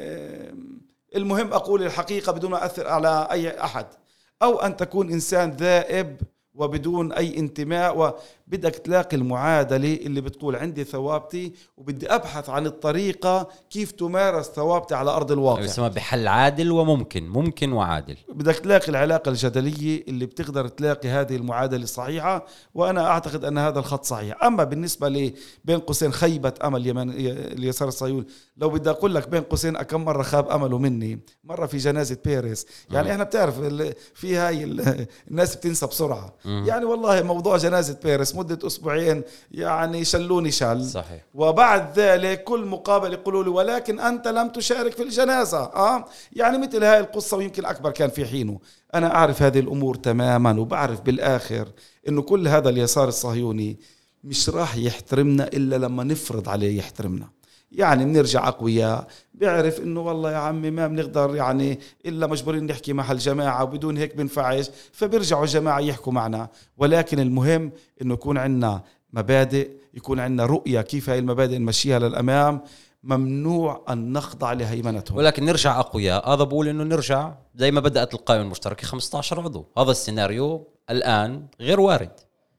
Speaker 1: المهم أقول الحقيقة بدون ما أثر على أي أحد، أو أن تكون إنسان ذائب وبدون أي انتماء، وبدك تلاقي المعادلة اللي بتقول عندي ثوابتي وبدي أبحث عن الطريقة كيف تمارس ثوابتي على أرض الواقع.
Speaker 2: يسمى بحل عادل وممكن، ممكن وعادل.
Speaker 1: بدك تلاقي العلاقة الجدلية اللي بتقدر تلاقي هذه المعادلة الصحيحة، وأنا أعتقد أن هذا الخط صحيح. أما بالنسبة لي بين قوسين خيبة أمل يمن اليسار الصهيوني، لو بدي أقول لك بين قوسين أكم مرة خاب أمله مني، مرة في جنازة بيريس، يعني إحنا بتعرف في هاي الناس بتنسى بسرعة. يعني والله موضوع جنازة بيريس مدة أسبوعين يعني شلوني شل
Speaker 2: صحيح.
Speaker 1: وبعد ذلك كل مقابل يقولوا لي ولكن أنت لم تشارك في الجنازة. آه يعني مثل هاي القصة ويمكن أكبر كان في حينه. أنا أعرف هذه الأمور تماما، وبعرف بالآخر إنه كل هذا اليسار الصهيوني مش راح يحترمنا إلا لما نفرض عليه يحترمنا. يعني بنرجع أقوياء، بيعرف إنه والله يا عمي ما بنقدر يعني إلا مجبورين نحكي مع الجماعة وبدون هيك بنفعش، فبيرجعوا الجماعة يحكوا معنا. ولكن المهم إنه يكون عنا مبادئ، يكون عنا رؤية كيف هاي المبادئ نمشيها للأمام. ممنوع أن نخضع لهيمنتهم،
Speaker 2: ولكن نرجع أقوياء. هذا بقول إنه نرجع زي ما بدأت القائمة المشتركة خمسة عشر عضو. هذا السيناريو الآن غير وارد،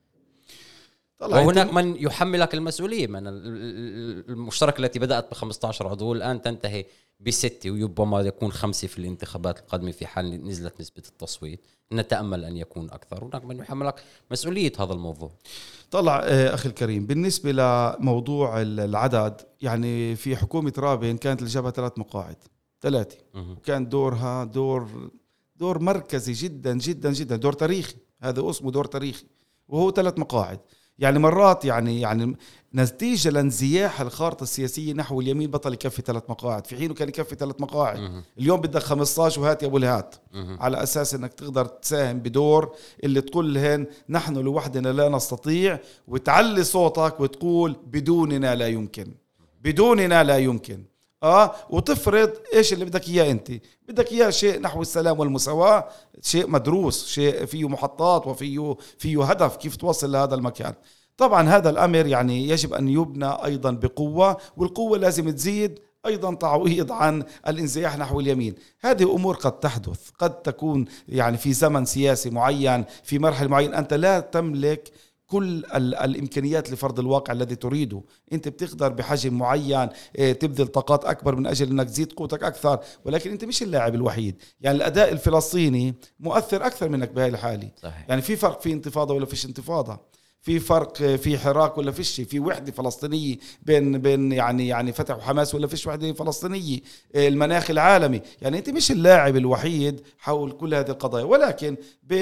Speaker 2: وهناك من يحملك المسؤولية من المشتركة التي بدأت ب خمسة عشر عضو الآن تنتهي بستة، ويبما يكون خمسة في الانتخابات القادمة في حال نزلت نسبة التصويت. نتأمل أن يكون أكثر. هناك من يحملك مسؤولية هذا الموضوع.
Speaker 1: طلع أخي الكريم بالنسبة لموضوع العدد، يعني في حكومة رابين كانت الجبهة ثلاث مقاعد ثلاثة، وكان دورها دور دور مركزي جدا جدا جدا، دور تاريخي. هذا اسمه دور تاريخي، وهو ثلاث مقاعد. يعني مرات يعني يعني نتيجة لانزياح الخارطة السياسية نحو اليمين بطل يكفي ثلاث مقاعد، في حينه كان يكفي ثلاث مقاعد. مه. اليوم بدك خمسة عشر وهات يا أبو الهات، مه. على أساس أنك تقدر تساهم بدور اللي تقول لهن نحن لوحدنا لا نستطيع، وتعلي صوتك وتقول بدوننا لا يمكن، بدوننا لا يمكن. آه وتفرض إيش اللي بدك إياه. أنت بدك إياه شيء نحو السلام والمساواة، شيء مدروس، شيء فيه محطات وفيه فيه هدف كيف توصل لهذا المكان. طبعا هذا الأمر يعني يجب أن يبنى أيضا بقوة، والقوة لازم تزيد أيضا تعويض عن الانزياح نحو اليمين. هذه أمور قد تحدث، قد تكون يعني في زمن سياسي معين، في مرحلة معين أنت لا تملك كل ال- الإمكانيات لفرض الواقع الذي تريده. أنت بتقدر بحجم معين إيه، تبذل طاقات أكبر من أجل أنك تزيد قوتك أكثر، ولكن أنت مش اللاعب الوحيد. يعني الأداء الفلسطيني مؤثر أكثر منك بهاي الحالة.
Speaker 2: صحيح.
Speaker 1: يعني في فرق في انتفاضة ولا فيش انتفاضة، في فرق في حراك ولا فيش، في وحدة فلسطينية بين بين يعني يعني فتح وحماس ولا فيش وحدة فلسطينية، المناخ العالمي. يعني أنت مش اللاعب الوحيد حول كل هذه القضايا، ولكن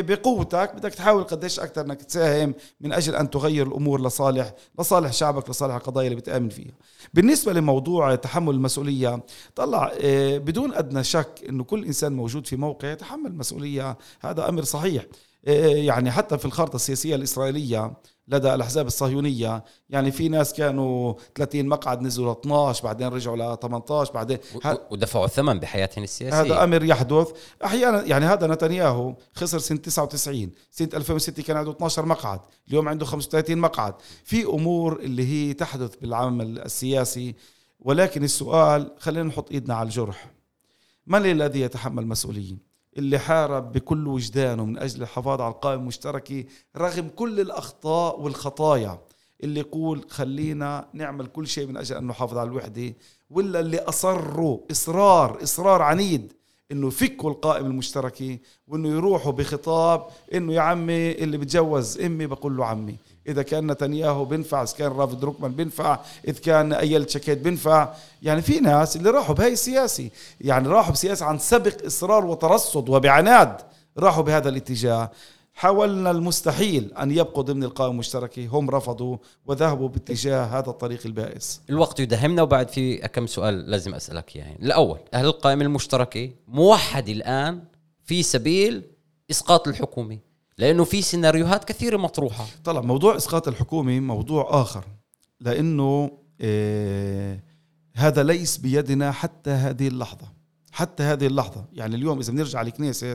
Speaker 1: بقوتك بدك تحاول قديش أكثر أنك تساهم من أجل أن تغير الأمور لصالح لصالح شعبك، لصالح القضايا اللي بتآمن فيها. بالنسبة لموضوع تحمل المسؤولية، طلع بدون أدنى شك أنه كل إنسان موجود في موقع يتحمل مسؤولية، هذا أمر صحيح. يعني حتى في الخارطة السياسية الإسرائيلية لدى الأحزاب الصهيونية، يعني في ناس كانوا ثلاثين مقعد نزلوا اثنا عشر، بعدين رجعوا ل ثمانية عشر، بعدين
Speaker 2: ودفعوا ثمن بحياتهم السياسية.
Speaker 1: هذا أمر يحدث أحيانا. يعني هذا نتنياهو خسر سنة تسعة وتسعين، سنة ألفين وستة كان عنده اثنا عشر مقعد، اليوم عنده خمسة وثلاثين مقعد. في أمور اللي هي تحدث بالعمل السياسي، ولكن السؤال خلينا نحط إيدنا على الجرح. من الذي يتحمل مسؤولية؟ اللي حارب بكل وجدانه من أجل الحفاظ على القائمة المشتركة رغم كل الأخطاء والخطايا، اللي يقول خلينا نعمل كل شيء من أجل أن نحافظ على الوحدة، ولا اللي أصروا إصرار إصرار عنيد إنه يفكوا القائمة المشتركة وإنه يروحوا بخطاب إنه يا عمي اللي بتجوز إمي بقول له عمي. إذا كان نتنياهو بنفع، إذا كان رافد روكمان بنفع، إذا كان أيل شكيت بنفع. يعني في ناس اللي راحوا بهاي السياسة، يعني راحوا بسياسة عن سبق إصرار وترصد وبعناد، راحوا بهذا الاتجاه. حاولنا المستحيل أن يبقوا ضمن القائمة المشتركة، هم رفضوا وذهبوا باتجاه هذا الطريق البائس.
Speaker 2: الوقت يدهمنا، وبعد في كم سؤال لازم أسألك يعني. الأول، هل القائمة المشتركة موحد الآن في سبيل إسقاط الحكومة؟ لأنه في سيناريوهات كثيرة مطروحة.
Speaker 1: طلع موضوع إسقاط الحكومة موضوع آخر، لأنه إيه هذا ليس بيدنا حتى هذه اللحظة. حتى هذه اللحظة يعني اليوم إذا بنرجع لكنيسة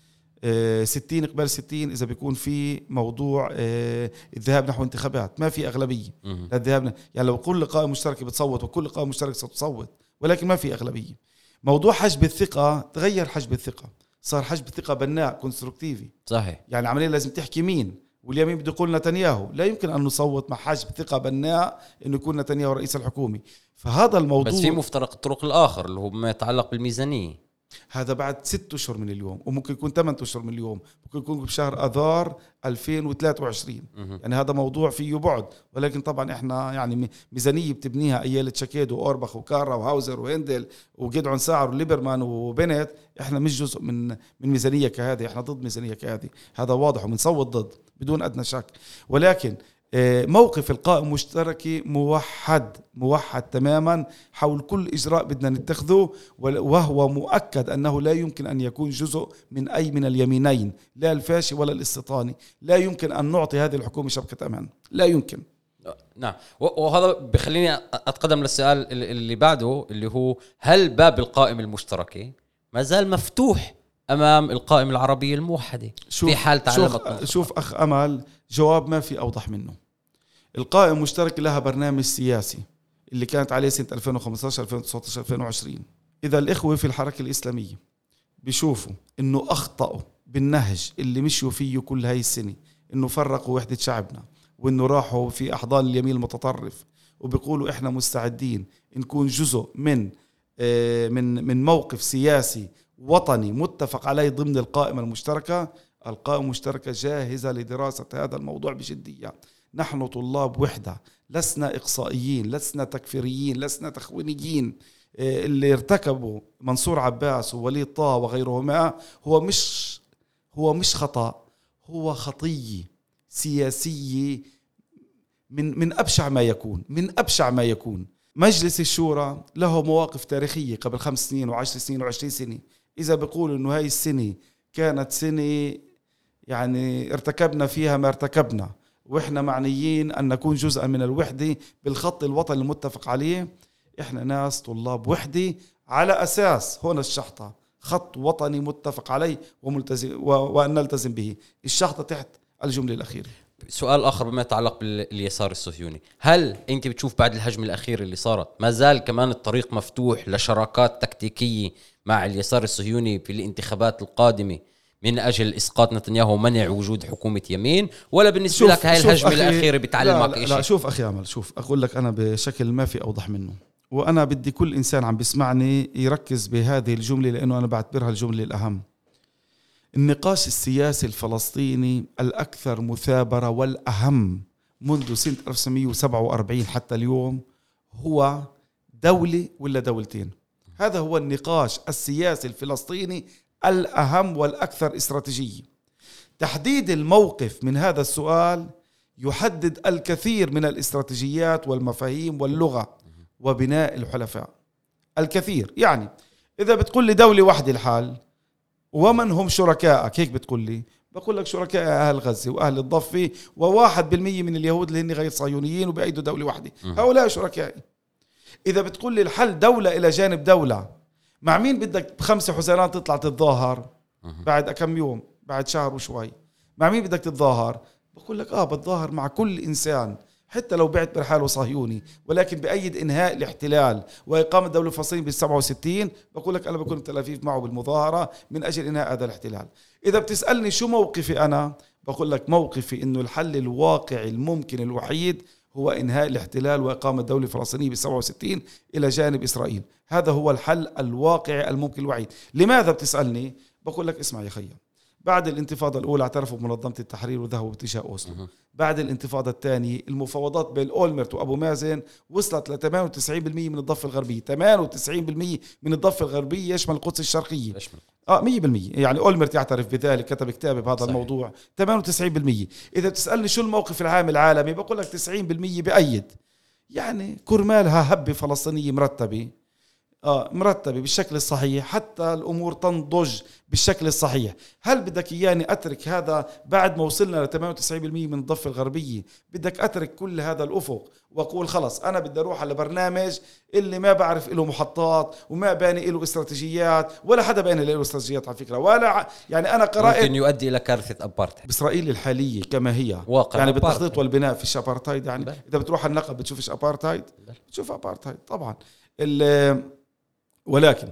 Speaker 1: إيه ستين قبل ستين، إذا بيكون في موضوع إيه الذهاب نحو انتخابات، ما في أغلبية للذهاب. يعني لو كل قائمة مشتركة بتصوت وكل قائمة مشتركة ستصوت، ولكن ما في أغلبية. موضوع حجب الثقة، تغير حجب الثقة، صار حجب الثقة بناء كونستركتيفي.
Speaker 2: صحيح.
Speaker 1: يعني عمليا لازم تحكي مين، واليمين بده يقول نتنياهو. لا يمكن أن نصوت مع حجب ثقة بناء إنه يكون نتنياهو رئيس الحكومة. فهذا الموضوع،
Speaker 2: بس في مفترق الطرق الآخر اللي هو ما يتعلق بالميزانية،
Speaker 1: هذا بعد ست أشهر من اليوم، وممكن يكون ثمانية أشهر من اليوم، ممكن يكون بشهر أذار ألفين وثلاثة وعشرين. يعني هذا موضوع فيه بعد. ولكن طبعا إحنا يعني ميزانية بتبنيها أيالة شاكيد وأوربخ وكارا وهاوزر وهندل وجدعون ساعر وليبرمان وبنت. إحنا مش جزء من من ميزانية كهذه، إحنا ضد ميزانية كهذه، هذا واضح ومنصوت ضد بدون أدنى شك. ولكن موقف القائمة المشتركة موحد موحد تماما حول كل إجراء بدنا نتخذه، وهو مؤكد أنه لا يمكن أن يكون جزء من أي من اليمينين، لا الفاشي ولا الاستيطاني. لا يمكن أن نعطي هذه الحكومة شبكة أمان، لا يمكن.
Speaker 2: نعم. وهذا بخليني أتقدم للسؤال اللي بعده، اللي هو هل باب القائمة المشتركة ما زال مفتوح أمام القائمة العربية الموحدة في حال تعلمت؟
Speaker 1: شوف أخ أمل، جواب ما في أوضح منه. القائمة المشتركة لها برنامج سياسي اللي كانت عليه سنة ألفين وخمسة عشر ألفين وتسعة عشر ألفين وعشرين. إذا الإخوة في الحركة الإسلامية بيشوفوا إنه أخطأوا بالنهج اللي مشوا فيه كل هاي السنة، إنه فرقوا وحدة شعبنا، وإنه راحوا في أحضان اليمين المتطرف، وبيقولوا إحنا مستعدين نكون جزء من من من موقف سياسي وطني متفق عليه ضمن القائمة المشتركة. القائمة المشتركة جاهزة لدراسة هذا الموضوع بجدية. نحن طلاب وحدة، لسنا إقصائيين، لسنا تكفيريين، لسنا تخوينيين. اللي ارتكبوا منصور عباس ووليد طه وغيرهما هو مش هو مش خطأ، هو خطية سياسية من من أبشع ما يكون من أبشع ما يكون. مجلس الشورى له مواقف تاريخية قبل خمس سنين وعشر سنين وعشرين سنة. إذا بيقولوا إنه هاي السنة كانت سنة يعني ارتكبنا فيها ما ارتكبنا، وإحنا معنيين أن نكون جزءا من الوحدة بالخط الوطني المتفق عليه، إحنا ناس طلاب وحدة على أساس هنا الشحطة خط وطني متفق عليه وملتزم وأن نلتزم به. الشحطة تحت الجملة الأخيرة.
Speaker 2: سؤال آخر بما يتعلق باليسار الصهيوني، هل أنت بتشوف بعد الهجمة الأخيرة اللي صارت ما زال كمان الطريق مفتوح لشراكات تكتيكية مع اليسار الصهيوني في الانتخابات القادمة من أجل إسقاط نتنياهو ومنع وجود حكومة يمين، ولا بالنسبة لك هاي الهجمة الأخيرة بتعلمك
Speaker 1: لا,
Speaker 2: إشي؟
Speaker 1: لا شوف أخي عمل، شوف أقول لك أنا بشكل ما في أوضح منه، وأنا بدي كل إنسان عم بيسمعني يركز بهذه الجملة لأنه أنا بعتبرها الجملة الأهم. النقاش السياسي الفلسطيني الأكثر مثابرة والأهم منذ سنة ألف وتسعمية وسبعة وأربعين حتى اليوم هو دولة ولا دولتين. هذا هو النقاش السياسي الفلسطيني الأهم والأكثر استراتيجية. تحديد الموقف من هذا السؤال يحدد الكثير من الاستراتيجيات والمفاهيم واللغة وبناء الحلفاء الكثير. يعني إذا بتقول لي دولة واحدة الحال ومن هم شركائك، هيك بتقول لي، بقول لك شركاء أهل غزة وأهل الضفة وواحد بالمية من اليهود اللي هن غير صهيونيين وبأيدوا دولة واحدة، هؤلاء شركائي. إذا بتقول لي الحل دولة إلى جانب دولة، مع مين بدك بخمسة حزيران تطلع تتظاهر بعد كم يوم، بعد شهر وشوي، مع مين بدك تتظاهر؟ بقول لك آه بتظاهر مع كل إنسان حتى لو بعتبر حاله صهيوني ولكن بأيد إنهاء الاحتلال وإقامة دولة فلسطين بالسبعة وستين، بقول لك أنا بكون بتل أبيب معه بالمظاهرة من أجل إنهاء هذا الاحتلال. إذا بتسألني شو موقفي أنا، بقول لك موقفي إنه الحل الواقعي الممكن الوحيد هو إنهاء الاحتلال وإقامة دولة فلسطينية بالسبعة وستين إلى جانب إسرائيل. هذا هو الحل الواقعي الممكن الوحيد. لماذا بتسألني؟ بقول لك اسمع يا خيّ، بعد الانتفاضة الأولى اعترفوا بمنظمة التحرير وذهبوا باتجاه أوسلو. بعد الانتفاضة الثانية المفاوضات بين أولمرت وأبو مازن وصلت ل ثمانية وتسعين بالمية من الضفة الغربية. ثمانية وتسعين بالمية من الضفة الغربية يشمل القدس الشرقية. اه مية بالمية. يعني أولمرت يعترف بذلك، كتب كتاب بهذا صحيح. الموضوع ثمانية وتسعين بالمية. إذا تسألني شو الموقف العام العالمي، بقول لك تسعين بالمية بأيد. يعني كرمالها هبة فلسطينية مرتبة آه مرتبة بالشكل الصحيح حتى الأمور تنضج بالشكل الصحيح. هل بدك إياني أترك هذا بعد ما وصلنا ل ثمانية وتسعين بالمية من الضفة الغربية؟ بدك أترك كل هذا الأفق وأقول خلص أنا بدي أروح على برنامج اللي ما بعرف له محطات وما باني له استراتيجيات، ولا حدا باني له استراتيجيات على فكرة، ولا يعني أنا قرأت
Speaker 2: ممكن يؤدي إلى كارثة أبارتايد
Speaker 1: بإسرائيل الحالية كما هي
Speaker 2: واقع
Speaker 1: يعني
Speaker 2: أبارتايد.
Speaker 1: بالتخطيط والبناء في أبارتايد. يعني
Speaker 2: بل.
Speaker 1: إذا بتروح النقب بتشوفش أبارتايد، بتشوف أبارتايد طبعا. ولكن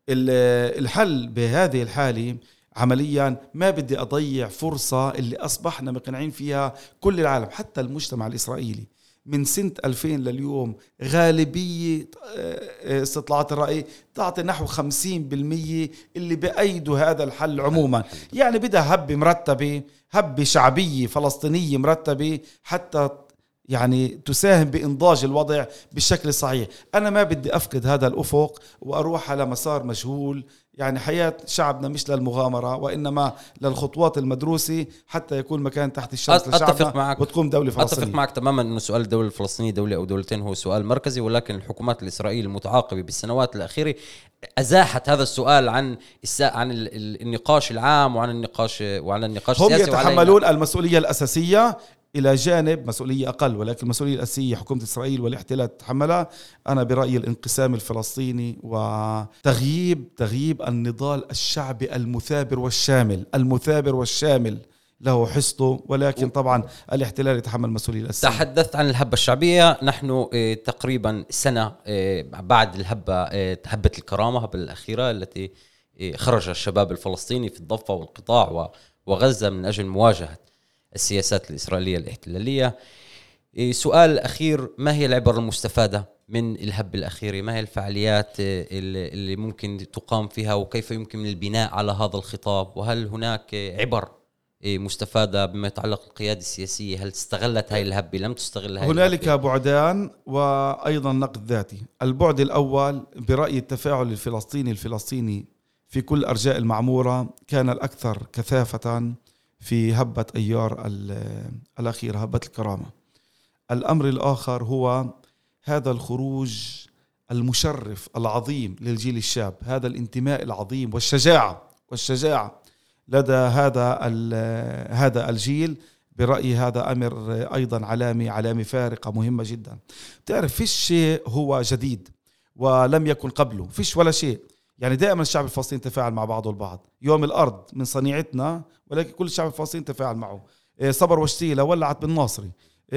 Speaker 1: الحل بهذه الحالة عمليا ما بدي أضيع فرصة اللي أصبحنا مقنعين فيها كل العالم حتى المجتمع الإسرائيلي من سنة ألفين لليوم. غالبية استطلاعات الرأي تعطي نحو خمسين بالمية اللي بأيدوا هذا الحل عموما. يعني بدها هبة مرتبة، هبة شعبية فلسطينية مرتبة حتى يعني تساهم بإنضاج الوضع بالشكل الصحيح. أنا ما بدي أفقد هذا الأفق وأروح على مسار مجهول. يعني حياة شعبنا مش للمغامرة وإنما للخطوات المدروسة حتى يكون مكان تحت الشمس لشعبنا وتقوم دولة فلسطينية.
Speaker 2: أتفق معك تماما أنه سؤال الدولة الفلسطينية دولة أو دولتين هو سؤال مركزي، ولكن الحكومات الإسرائيلية المتعاقبة بالسنوات الأخيرة أزاحت هذا السؤال عن عن النقاش العام وعن النقاش وعن النقاش
Speaker 1: هم
Speaker 2: السياسي.
Speaker 1: يتحملون المسؤولية الأساسية إلى جانب مسؤولية أقل، ولكن المسؤولية الأساسية حكومة إسرائيل والاحتلال تتحملها. أنا برأيي الانقسام الفلسطيني وتغييب تغييب النضال الشعبي المثابر والشامل المثابر والشامل له حصته، ولكن طبعا الاحتلال يتحمل المسؤولية الأساسية.
Speaker 2: تحدثت عن الهبة الشعبية. نحن تقريبا سنة بعد الهبة هبة الكرامة هبة الأخيرة التي خرج الشباب الفلسطيني في الضفة والقطاع وغزة من أجل مواجهة السياسات الإسرائيلية الاحتلالية. سؤال أخير، ما هي العبر المستفادة من الهبة الأخيرة؟ ما هي الفعاليات اللي ممكن تقام فيها وكيف يمكن من البناء على هذا الخطاب؟ وهل هناك عبر مستفادة بما يتعلق بالقيادة السياسية؟ هل استغلت هاي الهبة؟ لم تستغل هاي
Speaker 1: هنالك
Speaker 2: الهبة؟
Speaker 1: بعدان وأيضا نقد ذاتي. البعد الأول برأي التفاعل الفلسطيني الفلسطيني في كل أرجاء المعمورة كان الأكثر كثافة في هبة أيار الأخيرة هبة الكرامة. الأمر الآخر هو هذا الخروج المشرف العظيم للجيل الشاب، هذا الانتماء العظيم والشجاعة والشجاعة لدى هذا هذا الجيل. برأيي هذا أمر أيضا علامة علامة فارقة مهمة جدا. تعرف فيش شيء هو جديد ولم يكن قبله، فيش ولا شيء. يعني دائما الشعب الفلسطيني تفاعل مع بعضه البعض. يوم الأرض من صنيعتنا، ولكن كل الشعب الفلسطيني تفاعل معه. صبر وشتيلة ولعت بالناصري.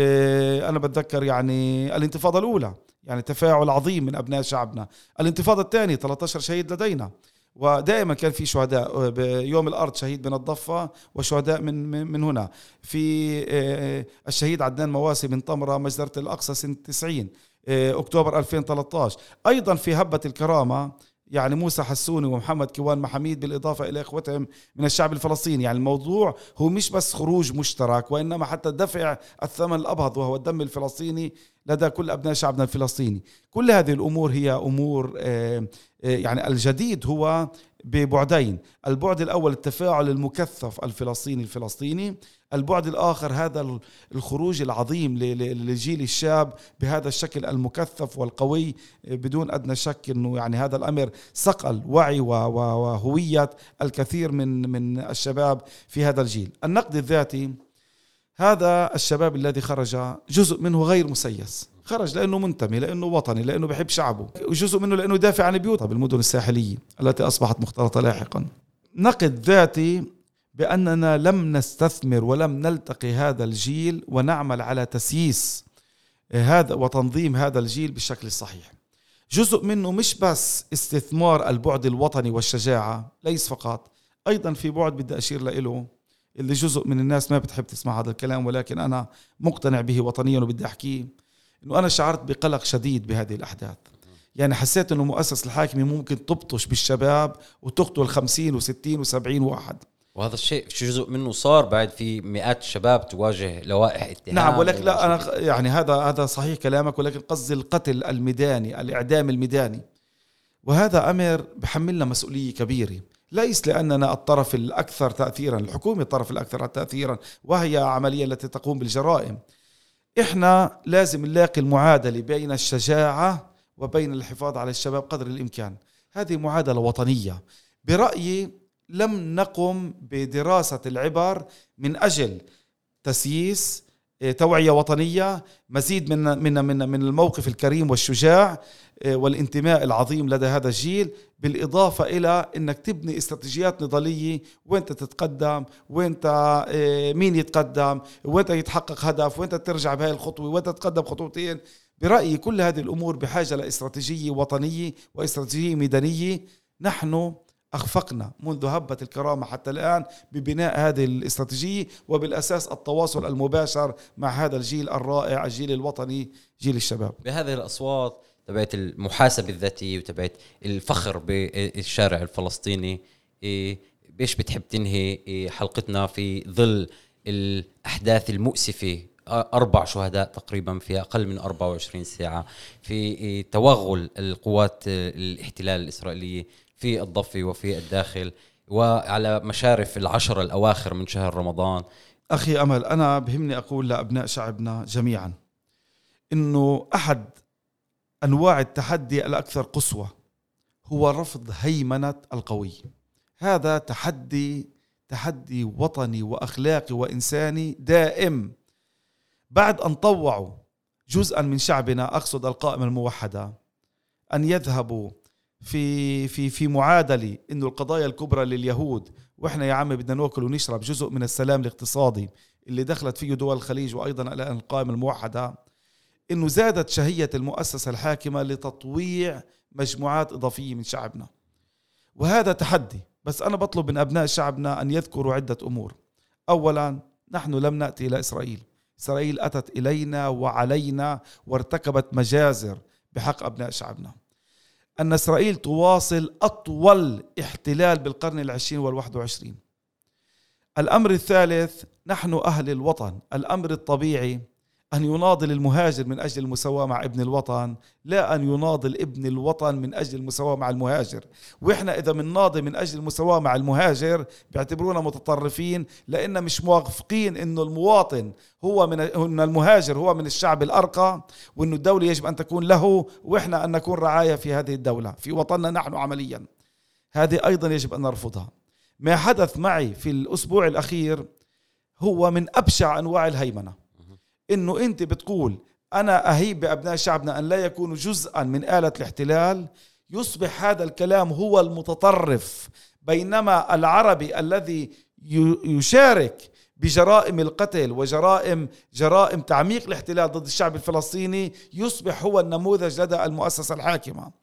Speaker 1: أنا بتذكر يعني الانتفاضة الأولى يعني تفاعل عظيم من أبناء شعبنا. الانتفاضة الثانية ثلاثة عشر شهيد لدينا. ودائما كان في شهداء، بيوم الأرض شهيد من الضفة وشهداء من من هنا. في الشهيد عدنان مواسي من طمرة مجزرة الأقصى سنة تسعين، أكتوبر ألفين وثلاثة عشر. أيضا في هبة الكرامة يعني موسى حسوني ومحمد كيوان محميد، بالإضافة إلى إخوتهم من الشعب الفلسطيني. يعني الموضوع هو مش بس خروج مشترك، وإنما حتى دفع الثمن الأبهض وهو الدم الفلسطيني لدى كل أبناء شعبنا الفلسطيني. كل هذه الأمور هي أمور يعني الجديد هو ببعدين. البعد الأول التفاعل المكثف الفلسطيني الفلسطيني، البعد الآخر هذا الخروج العظيم للجيل الشاب بهذا الشكل المكثف والقوي. بدون أدنى شك أنه يعني هذا الأمر صقل وعي وهوية الكثير من من الشباب في هذا الجيل. النقد الذاتي، هذا الشباب الذي خرج جزء منه غير مسيس، خرج لأنه منتمي، لأنه وطني، لأنه بحب شعبه، وجزء منه لأنه يدافع عن بيوتها بالمدن الساحلية التي أصبحت مختلطة لاحقا. نقد ذاتي بأننا لم نستثمر ولم نلتقي هذا الجيل ونعمل على تسييس هذا وتنظيم هذا الجيل بالشكل الصحيح. جزء منه مش بس استثمار البعد الوطني والشجاعة، ليس فقط، أيضا في بعد بدي أشير له اللي جزء من الناس ما بتحب تسمع هذا الكلام، ولكن أنا مقتنع به وطنيا وبدي أحكيه، إنه أنا شعرت بقلق شديد بهذه الأحداث. يعني حسيت إنه مؤسسة الحاكمة ممكن تبطش بالشباب وتقتل خمسين وستين وسبعين واحد،
Speaker 2: وهذا الشيء جزء منه صار بعد في مئات الشباب تواجه لوائح اتهام.
Speaker 1: نعم، ولكن لا أنا يعني هذا هذا صحيح كلامك، ولكن قصدي القتل الميداني، الإعدام الميداني، وهذا أمر بحملنا مسؤولية كبيرة، ليس لأننا الطرف الأكثر تأثيرا، الحكومة الطرف الأكثر تأثيرا وهي عملية التي تقوم بالجرائم. إحنا لازم نلاقي المعادلة بين الشجاعة وبين الحفاظ على الشباب قدر الإمكان. هذه معادلة وطنية. برأيي لم نقم بدراسة العبر من أجل تسييس توعية وطنية، مزيد من من من من الموقف الكريم والشجاع والانتماء العظيم لدى هذا الجيل، بالإضافة إلى أنك تبني استراتيجيات نضالية، وانت تتقدم، وانت مين يتقدم، وانت يتحقق هدف، وانت ترجع بهاي الخطوة، وانت تتقدم خطوتين. برأيي كل هذه الأمور بحاجة لاستراتيجية وطنية واستراتيجية ميدانية. نحن أخفقنا منذ هبة الكرامة حتى الآن ببناء هذه الاستراتيجية، وبالأساس التواصل المباشر مع هذا الجيل الرائع، الجيل الوطني، جيل الشباب.
Speaker 2: بهذه الأصوات تبعت المحاسبة الذاتية وتبعت الفخر بالشارع الفلسطيني، بيش بتحب تنهي حلقتنا في ظل الأحداث المؤسفة؟ أربع شهداء تقريبا في أقل من أربعة وعشرين ساعة في توغل القوات الاحتلال الإسرائيلية في الضفة وفي الداخل وعلى مشارف العشر الأواخر من شهر رمضان.
Speaker 1: أخي أمل، أنا بهمني أقول لأبناء شعبنا جميعا إنه أحد أنواع التحدي الأكثر قسوة هو رفض هيمنة القوي. هذا تحدي تحدي وطني وأخلاقي وإنساني دائم. بعد أن طوعوا جزءا من شعبنا، أقصد القائمة الموحدة، أن يذهبوا في في في معادلة إنه القضايا الكبرى لليهود، وإحنا يا عم بدنا ناكل ونشرب جزء من السلام الاقتصادي اللي دخلت فيه دول الخليج وأيضا الآن القائمة الموحدة، إنه زادت شهية المؤسسة الحاكمة لتطويع مجموعات إضافية من شعبنا. وهذا تحدي، بس أنا بطلب من أبناء شعبنا أن يذكروا عدة أمور. أولا، نحن لم نأتي إلى إسرائيل، إسرائيل أتت إلينا وعلينا وارتكبت مجازر بحق أبناء شعبنا. أن إسرائيل تواصل أطول احتلال بالقرن العشرين والواحد وعشرين. الأمر الثالث، نحن أهل الوطن، الأمر الطبيعي أن يناضل المهاجر من أجل المساواة مع ابن الوطن، لا أن يناضل ابن الوطن من أجل المساواة مع المهاجر. وإحنا إذا منناضل من أجل المساواة مع المهاجر بيعتبرونا متطرفين، لأن مش موافقين إنه المواطن هو من إنه المهاجر هو من الشعب الأرقى، وإنه الدولة يجب أن تكون له، وإحنا أن نكون رعاية في هذه الدولة في وطننا نحن عمليا. هذه أيضا يجب أن نرفضها. ما حدث معي في الأسبوع الأخير هو من أبشع أنواع الهيمنة، إنه أنت بتقول أنا أهيب بأبناء شعبنا أن لا يكونوا جزءا من آلة الاحتلال، يصبح هذا الكلام هو المتطرف، بينما العربي الذي يشارك بجرائم القتل وجرائم جرائم تعميق الاحتلال ضد الشعب الفلسطيني يصبح هو النموذج لدى المؤسسة الحاكمة.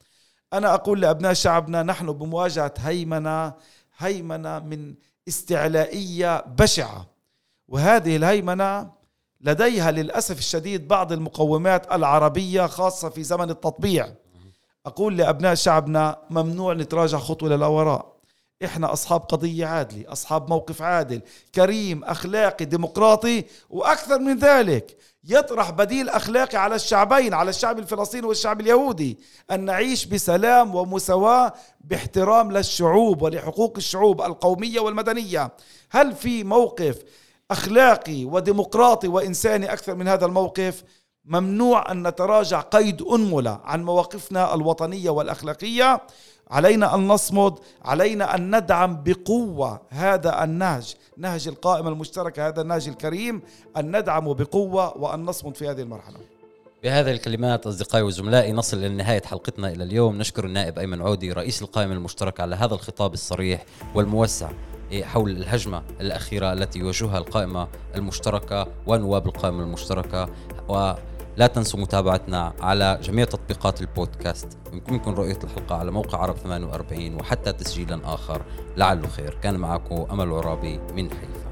Speaker 1: أنا أقول لأبناء شعبنا نحن بمواجهة هيمنة هيمنة من استعلائية بشعة، وهذه الهيمنة لديها للأسف الشديد بعض المقومات العربية خاصة في زمن التطبيع. أقول لأبناء شعبنا ممنوع نتراجع خطوة للوراء. إحنا أصحاب قضية عادلة، أصحاب موقف عادل كريم أخلاقي ديمقراطي، وأكثر من ذلك يطرح بديل أخلاقي على الشعبين، على الشعب الفلسطيني والشعب اليهودي، أن نعيش بسلام ومساواة باحترام للشعوب ولحقوق الشعوب القومية والمدنية. هل في موقف أخلاقي وديمقراطي وإنساني أكثر من هذا الموقف؟ ممنوع أن نتراجع قيد أنملة عن مواقفنا الوطنية والأخلاقية. علينا أن نصمد، علينا أن ندعم بقوة هذا النهج، نهج القائمة المشتركة، هذا النهج الكريم، أن ندعمه بقوة وأن نصمد في هذه المرحلة.
Speaker 2: بهذه الكلمات أصدقائي وزملائي نصل إلى نهاية حلقتنا إلى اليوم. نشكر النائب أيمن عودي رئيس القائمة المشتركة على هذا الخطاب الصريح والموسع حول الهجمة الأخيرة التي يواجهها القائمة المشتركة ونواب القائمة المشتركة. ولا تنسوا متابعتنا على جميع تطبيقات البودكاست. يمكنكم رؤية الحلقة على موقع عرب ثمانية وأربعين وحتى تسجيلا آخر لعله خير. كان معكم أمل عرابي من حيفا.